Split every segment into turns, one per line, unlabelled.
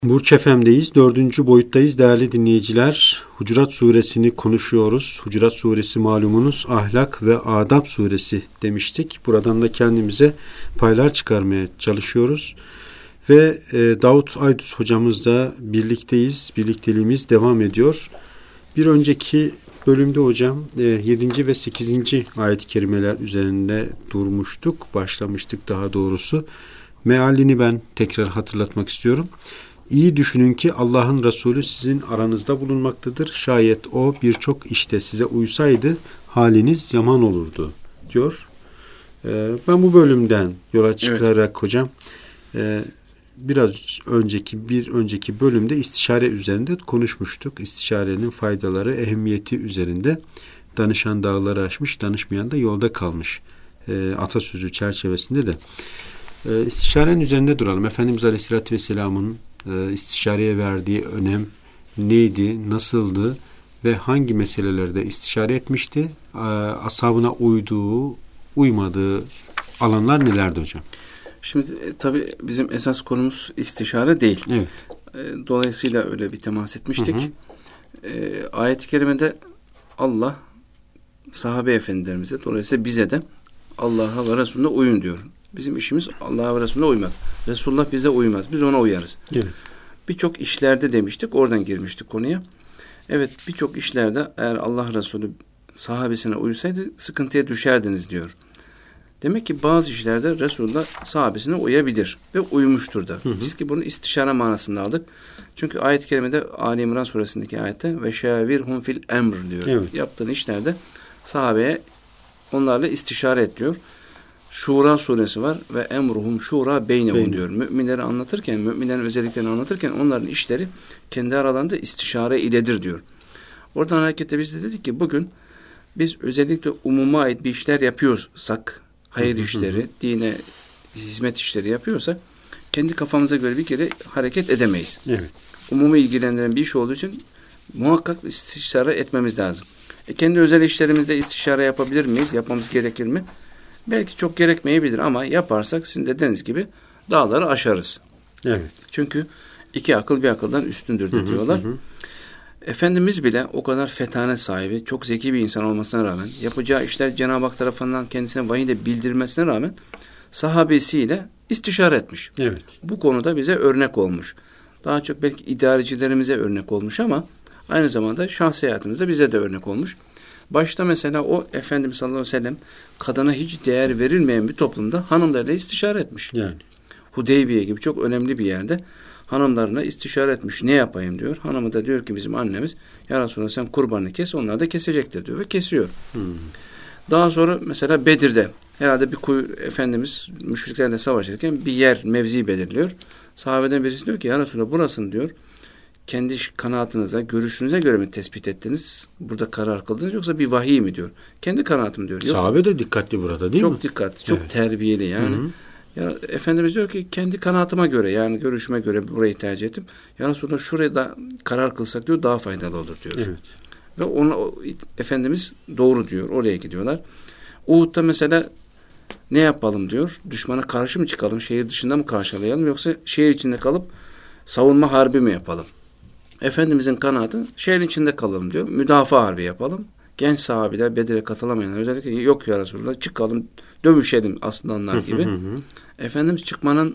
Burç FM'deyiz. 4. boyuttayız değerli dinleyiciler. Hucurat suresini konuşuyoruz. Hucurat suresi malumunuz ahlak ve adab suresi demiştik. Buradan da kendimize paylar çıkarmaya çalışıyoruz. Ve Davut Aydüz hocamızla birlikteyiz. Birlikteliğimiz devam ediyor. Bir önceki bölümde hocam 7. ve 8. ayet-i kerimeler üzerinde durmuştuk. Başlamıştık daha doğrusu. Mealini ben tekrar hatırlatmak istiyorum. İyi düşünün ki Allah'ın Resulü sizin aranızda bulunmaktadır. Şayet o birçok işte size uysaydı haliniz yaman olurdu diyor. Ben bu bölümden yola çıkarak hocam bir önceki bölümde istişare üzerinde konuşmuştuk. İstişarenin faydaları, ehemmiyeti üzerinde danışan dağları aşmış, danışmayan da yolda kalmış atasözü çerçevesinde de istişarenin üzerinde duralım. Efendimiz Aleyhisselatü Vesselam'ın istişareye verdiği önem neydi, nasıldı ve hangi meselelerde istişare etmişti? Ashabına uyduğu, uymadığı alanlar nelerdi hocam?
Şimdi tabii bizim esas konumuz istişare değil.
Evet.
Dolayısıyla öyle bir temas etmiştik. Ayet-i kerimede Allah sahabe efendilerimize, dolayısıyla bize de Allah'a ve Resulüne uyun diyor. Bizim işimiz Allah'a ve Resulüne uymak. Resulullah bize uymaz. Biz ona uyarız. Evet. Birçok işlerde demiştik. Oradan girmiştik konuya. Evet, birçok işlerde eğer Allah Resulü sahabesine uysaydı sıkıntıya düşerdiniz diyor. Demek ki bazı işlerde Resulullah sahabesine uyabilir ve uymuştur da. Biz ki bunu istişare manasında aldık. Çünkü ayet-i kerimede Ali İmran suresindeki ayette ve şavirhum fil emr diyor. Evet. Yaptığın işlerde sahabeye onlarla istişare et diyor. Şura suresi var ve emruhum şura beynehum diyor. Müminleri anlatırken, müminlerin özelliklerini anlatırken onların işleri kendi aralarında istişare iledir diyor. Oradan hareketle biz de dedik ki bugün biz özellikle umuma ait bir işler yapıyorsak, hayır işleri, dine hizmet işleri yapıyorsak kendi kafamıza göre bir kere hareket edemeyiz. Evet. Umumi ilgilendiren bir iş olduğu için muhakkak istişare etmemiz lazım. Kendi özel işlerimizde istişare yapabilir miyiz? Yapmamız gerekir mi? Belki çok gerekmeyebilir ama yaparsak sizin dediğiniz gibi dağları aşarız. Evet. Çünkü iki akıl bir akıldan üstündür de diyorlar. Efendimiz bile o kadar fetane sahibi, çok zeki bir insan olmasına rağmen, yapacağı işler Cenab-ı Hak tarafından kendisine vahiyle bildirmesine rağmen sahabesiyle istişare etmiş. Evet. Bu konuda bize örnek olmuş. Daha çok belki idarecilerimize örnek olmuş ama aynı zamanda şahsi hayatımızda bize de örnek olmuş. Başta mesela o Efendimiz sallallahu aleyhi ve sellem kadına hiç değer verilmeyen bir toplumda hanımlarla istişare etmiş. Yani. Hudeybiye gibi çok önemli bir yerde hanımlarına istişare etmiş. Ne yapayım diyor. Hanımı da diyor ki bizim annemiz ya Resulallah sen kurbanını kes onlar da kesecektir diyor ve kesiyor. Daha sonra mesela Bedir'de herhalde bir Efendimiz müşriklerle savaşırken bir yer mevzi belirliyor. Sahabeden birisi diyor ki ya Resulallah burasını diyor kendi kanaatinize, görüşünüze göre mi tespit ettiniz? Burada karar kıldınız yoksa bir vahiy mi diyor. Kendi kanaatim diyor. Yok.
Sahabe de dikkatli burada değil mi?
Çok dikkatli, çok terbiyeli yani. Ya, Efendimiz diyor ki kendi kanaatıma göre yani görüşüme göre burayı tercih ettim. Yani sonra şuraya da karar kılsak diyor daha faydalı olur diyor. Evet. Ve Efendimiz doğru diyor. Oraya gidiyorlar. Uhud'da mesela ne yapalım diyor. Düşmana karşı mı çıkalım? Şehir dışında mı karşılayalım? Yoksa şehir içinde kalıp savunma harbi mi yapalım? Efendimizin kanaatı şehrin içinde kalalım diyor. Müdafaa harbi yapalım. Genç sahabiler Bedir'e katılamayanlar özellikle yok ya Resulullah çıkalım dövüşelim aslanlar gibi. Efendimiz çıkmanın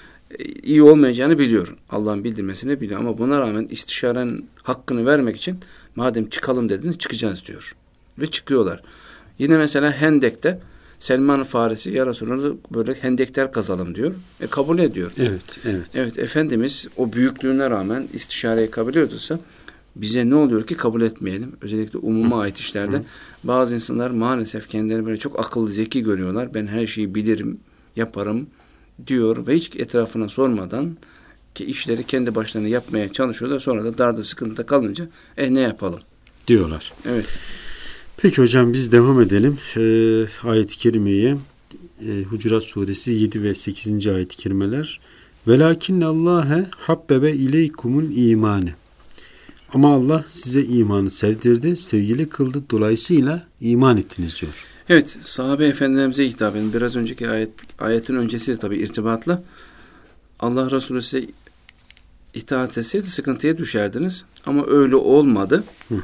iyi olmayacağını biliyor. Allah'ın bildirmesini biliyor ama buna rağmen istişarenin hakkını vermek için madem çıkalım dediniz çıkacağız diyor. Ve çıkıyorlar. Yine mesela Hendek'te Selman Farisi ya Resulullah böyle hendekler kazalım diyor. Kabul ediyor. Evet, Efendimiz o büyüklüğüne rağmen istişareyi kabul ediyorsa bize ne oluyor ki kabul etmeyelim. Özellikle umuma ait işlerde bazı insanlar maalesef kendilerini böyle çok akıllı, zeki görüyorlar. Ben her şeyi bilirim, yaparım diyor ve hiç etrafına sormadan ki işleri kendi başlarına yapmaya çalışıyorlar. Sonra da darda sıkıntıda kalınca ne yapalım
diyorlar.
Evet.
Peki hocam biz devam edelim. Ayet-i kerimeye Hucurat suresi 7 ve 8. ayet-i kerimeler. Velakinne Allahe habbebe ileykumul imane. Ama Allah size imanı sevdirdi, sevgili kıldı. Dolayısıyla iman ettiniz diyor.
Evet, sahabe efendilerimize hitaben biraz önceki ayetin öncesiyle tabii irtibatlı. Allah Resulü size itaat etseydi sıkıntıya düşerdiniz. Ama öyle olmadı.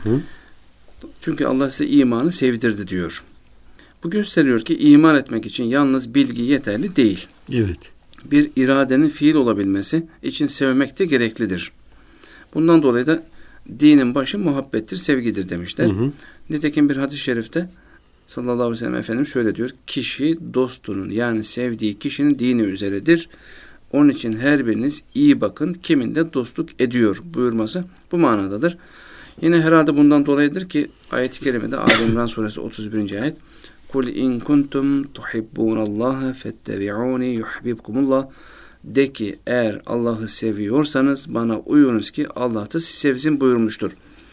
Çünkü Allah size imanı sevdirdi diyor. Bu gösteriyor ki iman etmek için yalnız bilgi yeterli değil.
Evet.
Bir iradenin fiil olabilmesi için sevmek de gereklidir. Bundan dolayı da dinin başı muhabbettir, sevgidir demişler. Nitekim bir hadis-i şerifte sallallahu aleyhi ve sellem Efendimiz şöyle diyor. Kişi dostunun yani sevdiği kişinin dini üzeredir. Onun için her biriniz iyi bakın kiminle dostluk ediyor buyurması bu manadadır. Yine herhalde bundan dolayıdır ki ayet-i kerimede Ali İmran suresi 31. ayet Kul in kuntum tuhibbunallaha fettebi'uni yuhibbukumullah. De ki eğer Allah'ı seviyorsanız bana uyunuz ki Allah da sizi sevsin buyurmuştur.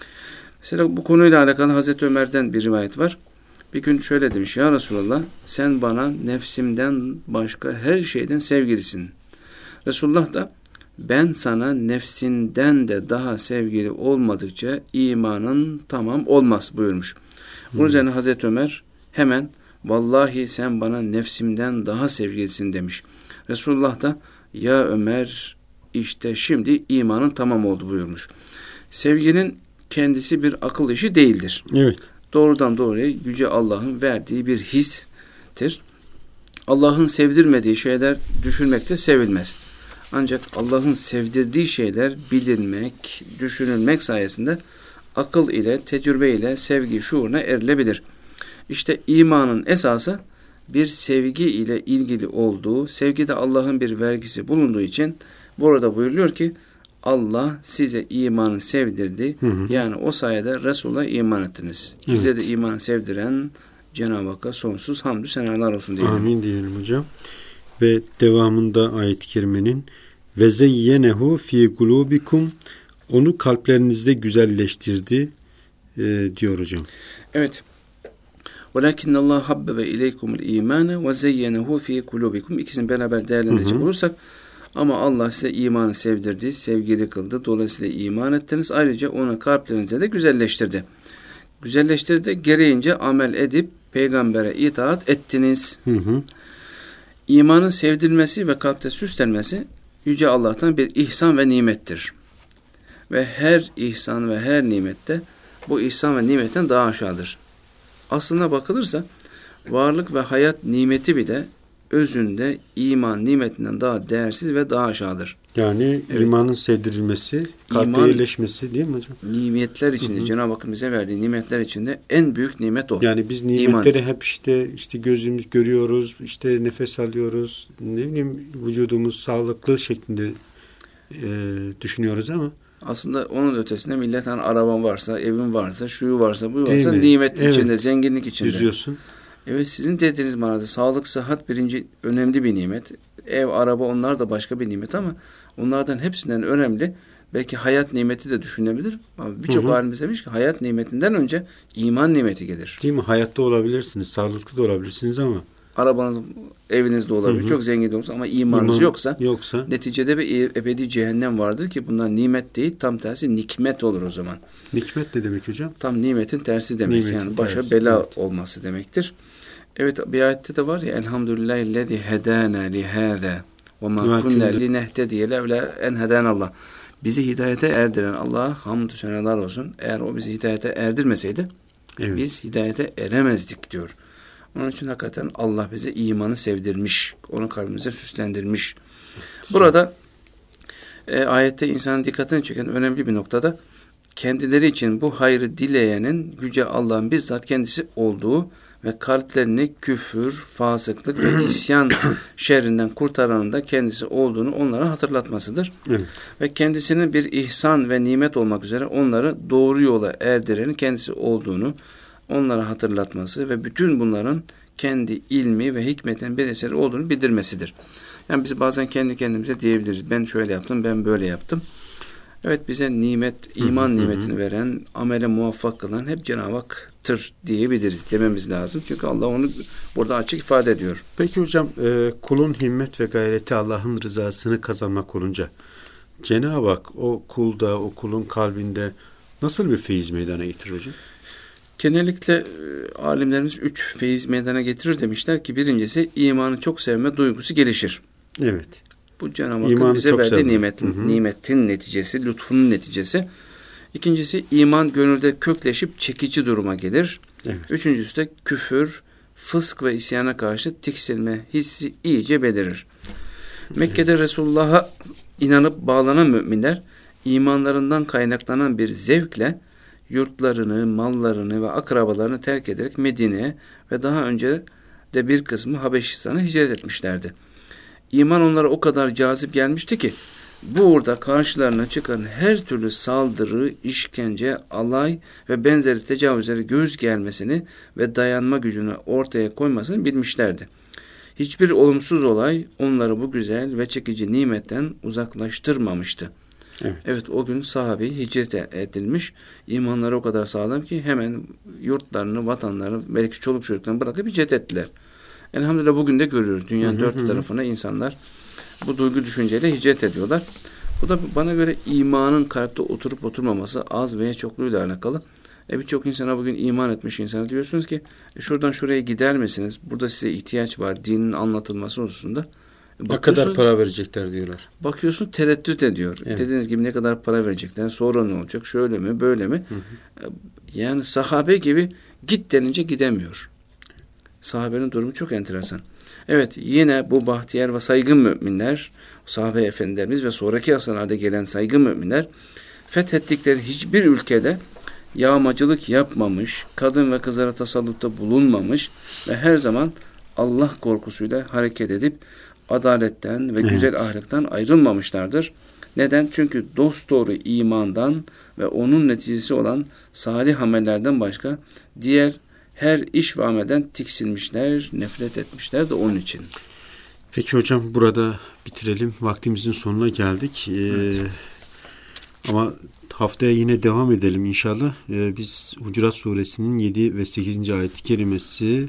Mesela bu konuyla alakalı Hazreti Ömer'den bir rivayet var. Bir gün şöyle demiş, ya Resulallah sen bana nefsimden başka her şeyden sevgilisin. Resulullah da ben sana nefsinden de daha sevgili olmadıkça imanın tamam olmaz buyurmuş. Bunun üzerine Hazreti Ömer hemen vallahi sen bana nefsimden daha sevgilisin demiş. Resulullah da ya Ömer işte şimdi imanın tamam oldu buyurmuş. Sevginin kendisi bir akıl işi değildir.
Evet.
Doğrudan doğruya Yüce Allah'ın verdiği bir histir. Allah'ın sevdirmediği şeyler düşünmekte sevilmez. Ancak Allah'ın sevdirdiği şeyler bilinmek, düşünülmek sayesinde akıl ile, tecrübe ile sevgi şuuruna erilebilir. İşte imanın esası bir sevgi ile ilgili olduğu, sevgide Allah'ın bir vergisi bulunduğu için burada buyuruluyor ki Allah size imanı sevdirdi. Yani o sayede Resul'a iman ettiniz. Evet. Bize de imanı sevdiren Cenab-ı Hakk'a sonsuz hamdü senalar olsun diyelim.
Amin diyelim hocam. Ve devamında ayet-i kerimenin ve zeyyenehu fi kulubikum onu kalplerinizde güzelleştirdi diyor hocam.
Evet. وَلَكِنَّ اللّٰهَ حَبَّبَ اِلَيْكُمُ الْا۪يمَانَ وَزَيَّنَهُ ف۪ي قُلُوبِكُمْ İkisini beraber değerlendirecek olursak ama Allah size imanı sevdirdi, sevgili kıldı. Dolayısıyla iman ettiniz. Ayrıca onu kalplerinize de güzelleştirdi. Güzelleştirdi, gereğince amel edip peygambere itaat ettiniz. İmanın sevdirilmesi ve kalpte süslenmesi Yüce Allah'tan bir ihsan ve nimettir. Ve her ihsan ve her nimette bu ihsan ve nimetten daha aşağıdır. Aslına bakılırsa varlık ve hayat nimeti bile özünde iman nimetinden daha değersiz ve daha aşağıdır.
Yani evet. İmanın sevdirilmesi, kalpte yerleşmesi değil mi hocam?
Nimetler içinde, Cenab-ı Hakk'ın bize verdiği nimetler içinde en büyük nimet o.
Yani biz nimetleri İman. Hep işte gözümüz görüyoruz, işte nefes alıyoruz, ne bileyim vücudumuz sağlıklı şeklinde düşünüyoruz ama
aslında onun ötesinde millet hani araban varsa, evin varsa, şuyu varsa, bu varsa nimet içinde, zenginlik içinde.
Düzüyorsun.
Evet, sizin dediğiniz manada sağlık, sıhhat birinci önemli bir nimet. Ev, araba onlar da başka bir nimet ama onlardan hepsinden önemli. Belki hayat nimeti de düşünebilir. Birçok alimimiz demiş ki hayat nimetinden önce iman nimeti gelir.
Değil mi? Hayatta olabilirsiniz, sağlıklı da olabilirsiniz ama
arabanız, eviniz de olabilir, çok zengin de olursa ama imanınız yoksa neticede bir ebedi cehennem vardır ki bunlar nimet değil, tam tersi nikmet olur o zaman.
Nikmet ne demek hocam?
Tam nimetin tersi demek. Nimetin yani başa tersi, bela olması demektir. Evet, bir ayette de var ya elhamdülillahillezî hedâna lihâzâ ve mâ kunnâ linehtediye levlâ en hedânallah. Bizi hidayete erdiren Allah'a hamdü senalar olsun. Eğer o bizi hidayete erdirmeseydi biz hidayete eremezdik diyor. Onun için hakikaten Allah bize imanı sevdirmiş. Onu kalbimize süslendirmiş. Evet. Burada ayette insanın dikkatini çeken önemli bir noktada kendileri için bu hayrı dileyenin Yüce Allah'ın bizzat kendisi olduğu ve kalplerini küfür, fasıklık ve isyan şerrinden kurtaranın da kendisi olduğunu onlara hatırlatmasıdır. Evet. Ve kendisinin bir ihsan ve nimet olmak üzere onları doğru yola erdirenin kendisi olduğunu onlara hatırlatması ve bütün bunların kendi ilmi ve hikmetin bir eseri olduğunu bildirmesidir. Yani biz bazen kendi kendimize diyebiliriz. Ben şöyle yaptım, ben böyle yaptım. Evet, bize nimet, iman nimetini veren, amele muvaffak kılan hep Cenab-ı Hak'tır diyebiliriz, dememiz lazım. Çünkü Allah onu burada açık ifade ediyor.
Peki hocam, kulun himmet ve gayreti Allah'ın rızasını kazanmak olunca Cenab-ı Hak o kulda, o kulun kalbinde nasıl bir feyiz meydana getirir hocam?
Genellikle alimlerimiz 3 feyiz meydana getirir demişler ki birincisi imanı çok sevme duygusu gelişir.
Evet.
Bu Cenab-ı Hakk'ın bize verdiği nimetin neticesi, lütfunun neticesi. İkincisi iman gönülde kökleşip çekici duruma gelir.
Evet.
Üçüncüsü de küfür, fısk ve isyana karşı tiksinme hissi iyice belirir. Mekke'de Resulullah'a inanıp bağlanan müminler imanlarından kaynaklanan bir zevkle yurtlarını, mallarını ve akrabalarını terk ederek Medine'ye ve daha önce de bir kısmı Habeşistan'a hicret etmişlerdi. İman onlara o kadar cazip gelmişti ki burada karşılarına çıkan her türlü saldırı, işkence, alay ve benzeri tecavüzlere göğüs germesini ve dayanma gücünü ortaya koymasını bilmişlerdi. Hiçbir olumsuz olay onları bu güzel ve çekici nimetten uzaklaştırmamıştı. Evet, o gün sahabe hicret edilmiş. İmanları o kadar sağlam ki hemen yurtlarını, vatanlarını, belki çoluk çocuklarını bırakıp hicret ettiler. Elhamdülillah bugün de görüyoruz. Dünyanın dört tarafına insanlar bu duygu düşünceyle hicret ediyorlar. Bu da bana göre imanın kalpte oturup oturmaması az veya çokluyla alakalı. Birçok insana bugün iman etmiş insana diyorsunuz ki şuradan şuraya gider misiniz? Burada size ihtiyaç var. Dinin anlatılması hususunda.
Ne kadar para verecekler diyorlar.
Bakıyorsun tereddüt ediyor. Evet. Dediğiniz gibi ne kadar para verecekler? Sonra ne olacak? Şöyle mi? Böyle mi? Yani sahabe gibi git denince gidemiyor. Sahabenin durumu çok enteresan. Evet, yine bu bahtiyar ve saygın müminler, sahabe efendilerimiz ve sonraki asırlarda gelen saygın müminler fethettikleri hiçbir ülkede yağmacılık yapmamış, kadın ve kızlara tasallutta bulunmamış ve her zaman Allah korkusuyla hareket edip adaletten ve güzel ahlaktan ayrılmamışlardır. Neden? Çünkü dosdoğru imandan ve onun neticesi olan salih amellerden başka diğer her iş ve amelden tiksinmişler, nefret etmişler de onun için.
Peki hocam, burada bitirelim. Vaktimizin sonuna geldik. Evet. Ama haftaya yine devam edelim inşallah. Biz Hucurat Suresinin 7 ve 8. ayet-i kerimesi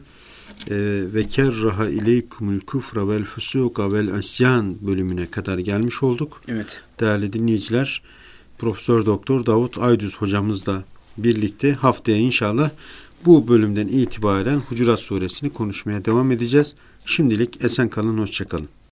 ve kerraha ileykumul kufra vel fusuka vel asyan bölümüne kadar gelmiş olduk.
Evet.
Değerli dinleyiciler, Profesör Doktor Davut Aydüz hocamızla birlikte haftaya inşallah bu bölümden itibaren Hucurat Suresini konuşmaya devam edeceğiz. Şimdilik esen kalın, hoşça kalın.